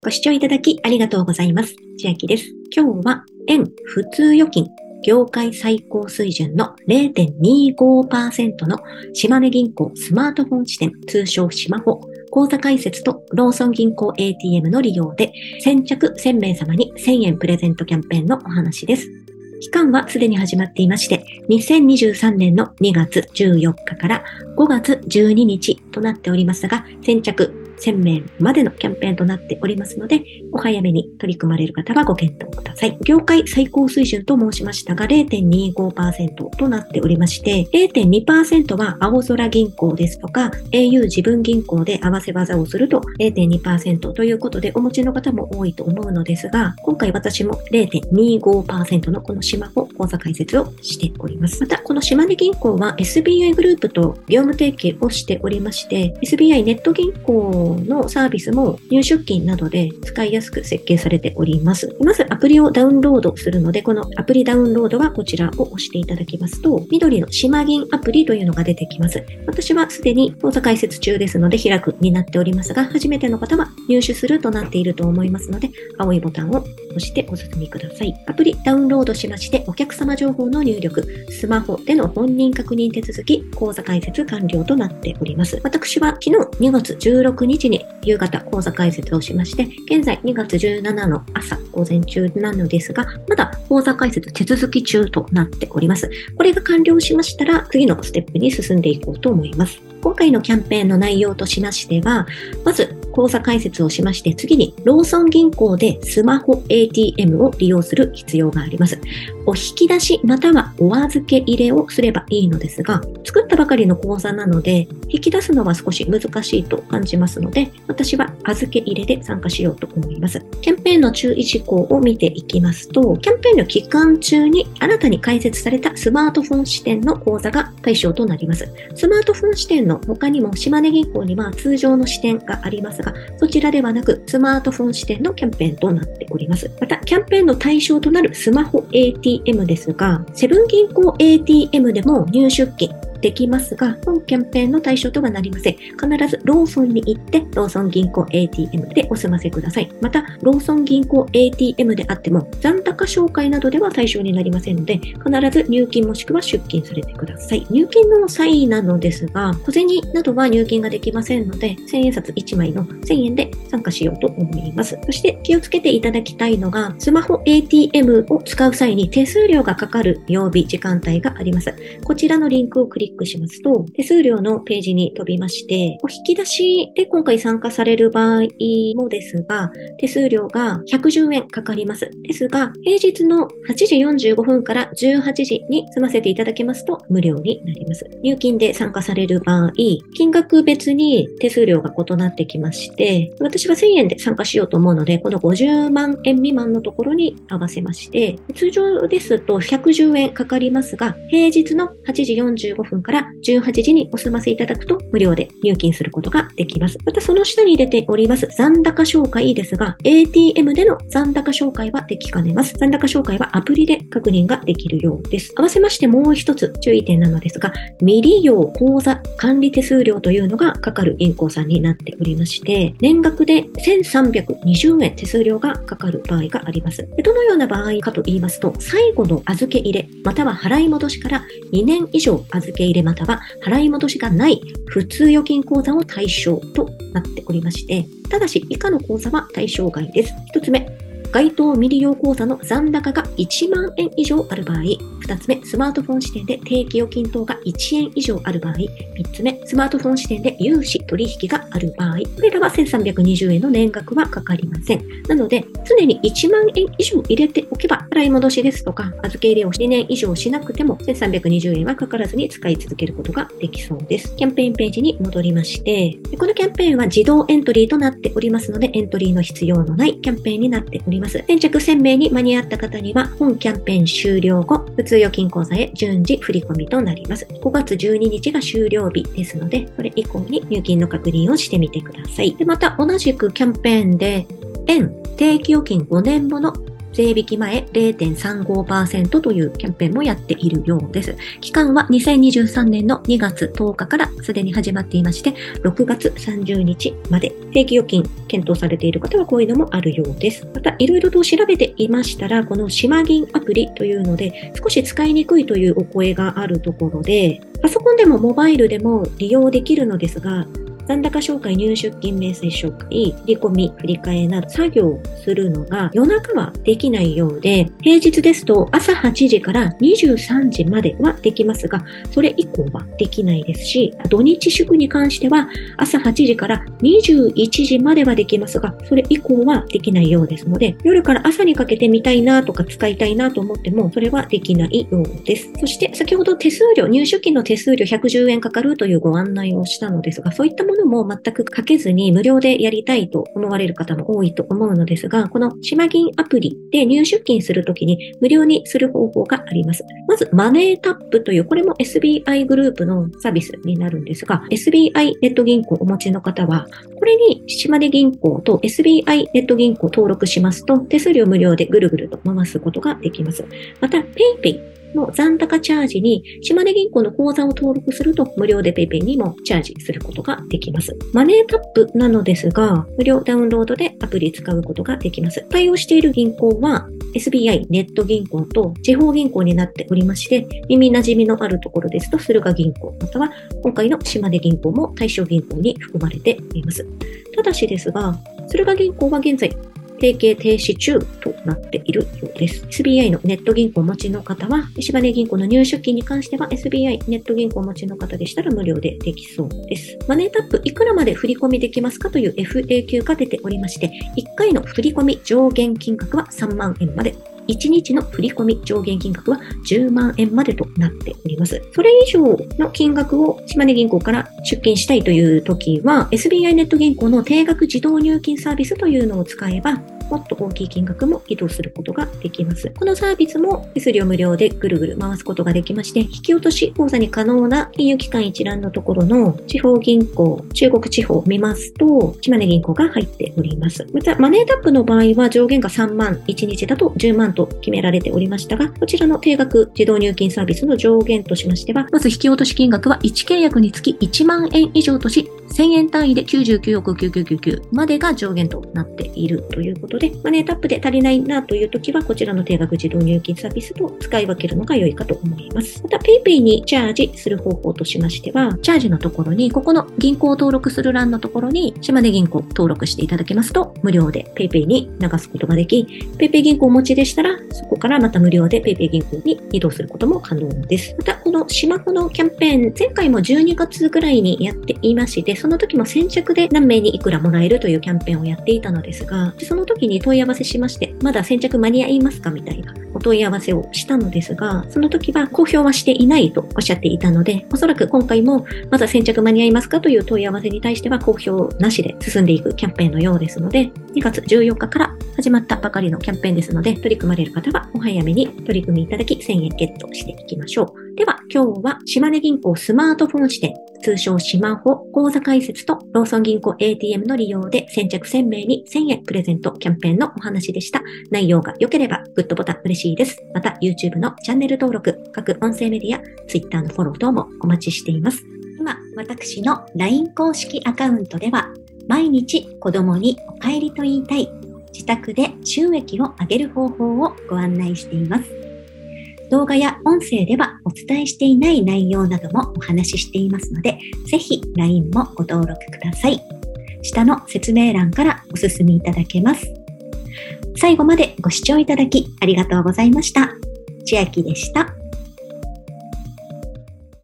ご視聴いただきありがとうございます。千秋です。今日は円普通預金業界最高水準の 0.25% の島根銀行スマートフォン支店通称しまほ口座開設とローソン銀行 ATM の利用で先着1000名様に1000円プレゼントキャンペーンのお話です。期間はすでに始まっていまして、2023年の2月14日から5月12日となっておりますが、先着1000名までのキャンペーンとなっておりますので、お早めに取り組まれる方はご検討ください。業界最高水準と申しましたが 0.25% となっておりまして、0.2% は青空銀行ですとか au 自分銀行で合わせ技をすると 0.2% ということでお持ちの方も多いと思うのですが、今回私も 0.25% のこのしまほ口座開設をしております。また、この島根銀行は SBI グループと業務提携をしておりまして、SBI ネット銀行のサービスも入出金などで使いやすく設計されております。まずアプリをダウンロードするので、このアプリダウンロードはこちらを押していただきますと、緑の島銀アプリというのが出てきます。私はすでに口座開設中ですので開くになっておりますが、初めての方は入手するとなっていると思いますので、青いボタンを押してお進みください。アプリダウンロードしまして、お客様情報の入力、スマホでの本人確認手続き、口座開設完了となっております。私は昨日2月16日に夕方口座開設をしまして、現在2月17の朝午前中なのですが、まだ口座開設手続き中となっております。これが完了しましたら、次のステップに進んでいこうと思います。今回のキャンペーンの内容としましては、まず口座開設をしまして、次にローソン銀行でスマホ ATM を利用する必要があります。お引き出しまたはお預け入れをすればいいのですが、作ったばかりの口座なので、引き出すのは少し難しいと感じますので、私は預け入れで参加しようと思います。キャンペーンの注意事項を見ていきますと、キャンペーンの期間中に新たに開設されたスマートフォン支店の口座が対象となります。スマートフォン支店の他にも島根銀行には通常の支店がありますが、そちらではなくスマートフォン支店のキャンペーンとなっております。また、キャンペーンの対象となるスマホ ATM ですが、セブン銀行 ATM でも入出金できますが、本キャンペーンの対象とはなりません。必ずローソンに行ってローソン銀行 ATM でお済ませください。また、ローソン銀行 ATM であっても残高照会などでは対象になりませんので、必ず入金もしくは出金されてください。入金の際なのですが、小銭などは入金ができませんので、1000円札1枚の1000円で参加しようと思います。そして気をつけていただきたいのが、スマホ ATM を使う際に手数料がかかる曜日時間帯があります。こちらのリンクをクリックしますと、手数料のページに飛びまして、お引き出しで今回参加される場合もですが、手数料が110円かかります。ですが、平日の8時45分から18時に済ませていただけますと無料になります。入金で参加される場合、金額別に手数料が異なってきまして、私は1000円で参加しようと思うので、この50万円未満のところに合わせまして、通常ですと110円かかりますが、平日の8時45分から18時にお済ませいただくと無料で入金することができます。またその下に出ております残高照会ですが、ATM での残高照会はできかねます。残高照会はアプリで確認ができるようです。合わせましてもう一つ注意点なのですが、未利用口座管理手数料というのがかかる銀行さんになっておりまして、年額で1320円手数料がかかる場合があります。どのような場合かと言いますと、最後の預け入れまたは払い戻しから2年以上預け入れまたは払い戻しがない普通預金口座を対象となっておりまして、ただし以下の口座は対象外です。1つ目、該当未利用口座の残高が1万円以上ある場合。2つ目、スマートフォン支店で定期預金等が1円以上ある場合。3つ目、スマートフォン支店で融資取引がある場合。これらは1320円の年額はかかりません。なので、常に1万円以上入れておけば、払い戻しですとか、預け入れを2年以上しなくても、1320円はかからずに使い続けることができそうです。キャンペーンページに戻りまして、このキャンペーンは自動エントリーとなっておりますので、エントリーの必要のないキャンペーンになっております。先着1000名に間に合った方には、本キャンペーン終了後、普通預金口座へ順次振り込みとなります。5月12日が終了日ですので、それ以降に入金の確認をしてみてください。で、また同じくキャンペーンで、円定期預金5年もの税引き前 0.35% というキャンペーンもやっているようです。期間は2023年の2月10日からすでに始まっていまして、6月30日まで定期預金検討されている方はこういうのもあるようです。また、いろいろと調べていましたら、この島銀アプリというので少し使いにくいというお声があるところで、パソコンでもモバイルでも利用できるのですが、残高照会、入出金明細照会、振り込み、振り替えなど作業をするのが夜中はできないようで、平日ですと朝8時から23時まではできますが、それ以降はできないですし、土日祝に関しては朝8時から21時まではできますが、それ以降はできないようですので、夜から朝にかけて見たいなとか使いたいなと思っても、それはできないようです。そして先ほど手数料、入出金の手数料110円かかるというご案内をしたのですが、そういったものも全くかけずに無料でやりたいと思われる方も多いと思うのですが、この島銀アプリで入出金するときに無料にする方法があります。まずマネータップという、これも SBI グループのサービスになるんですが、SBI ネット銀行をお持ちの方は、これに島根銀行と SBI ネット銀行を登録しますと、手数料無料でぐるぐると回すことができます。また PayPayの残高チャージに島根銀行の口座を登録すると無料で PayPay にもチャージすることができます。マネータップなのですが、無料ダウンロードでアプリ使うことができます。対応している銀行は SBI ネット銀行と地方銀行になっておりまして、耳馴染みのあるところですと駿河銀行、または今回の島根銀行も大正銀行に含まれています。ただしですが、駿河銀行は現在提携停止中となっているようです。SBI のネット銀行をお持ちの方は、島根銀行の入出金に関しては SBI ネット銀行をお持ちの方でしたら無料でできそうです。マネータップいくらまで振り込みできますかという FAQ が出ておりまして、1回の振り込み上限金額は3万円まで。1日の振り込み上限金額は10万円までとなっております。それ以上の金額を島根銀行から出金したいという時は SBI ネット銀行の定額自動入金サービスというのを使えばもっと大きい金額も移動することができます。このサービスも手数料無料でぐるぐる回すことができまして、引き落とし口座に可能な金融機関一覧のところの地方銀行、中国地方を見ますと、島根銀行が入っております。また、マネータップの場合は上限が3万、1日だと10万と決められておりましたが、こちらの定額自動入金サービスの上限としましては、まず引き落とし金額は1契約につき1万円以上とし、1000円単位で99億9999までが上限となっているということで、マネータップで足りないなというときは、こちらの定額自動入金サービスと使い分けるのが良いかと思います。また、PayPay にチャージする方法としましては、チャージのところに、ここの銀行を登録する欄のところに、島根銀行を登録していただけますと、無料で PayPay に流すことができ、PayPay 銀行をお持ちでしたら、そこからまた無料で PayPay 銀行に移動することも可能です。また、この島ホのキャンペーン、前回も12月ぐらいにやっていまして、その時も先着で何名にいくらもらえるというキャンペーンをやっていたのですが、その時に問い合わせしまして、まだ先着間に合いますかみたいなお問い合わせをしたのですが、その時は公表はしていないとおっしゃっていたので、おそらく今回もまだ先着間に合いますかという問い合わせに対しては公表なしで進んでいくキャンペーンのようですので、2月14日から始まったばかりのキャンペーンですので、取り組まれる方はお早めに取り組みいただき1000円ゲットしていきましょう。では今日は島根銀行スマートフォン支店、通称しまほ口座開設とローソン銀行 ATM の利用で先着1000名に1000円プレゼントキャンペーンのお話でした。内容が良ければグッドボタン嬉しいです。また YouTube のチャンネル登録、各音声メディア、Twitter のフォロー等もお待ちしています。今、私の LINE 公式アカウントでは毎日子供にお帰りと言いたい、自宅で収益を上げる方法をご案内しています。動画や音声ではお伝えしていない内容などもお話ししていますので、ぜひ LINE もご登録ください。下の説明欄からお進みいただけます。最後までご視聴いただきありがとうございました。千秋でした。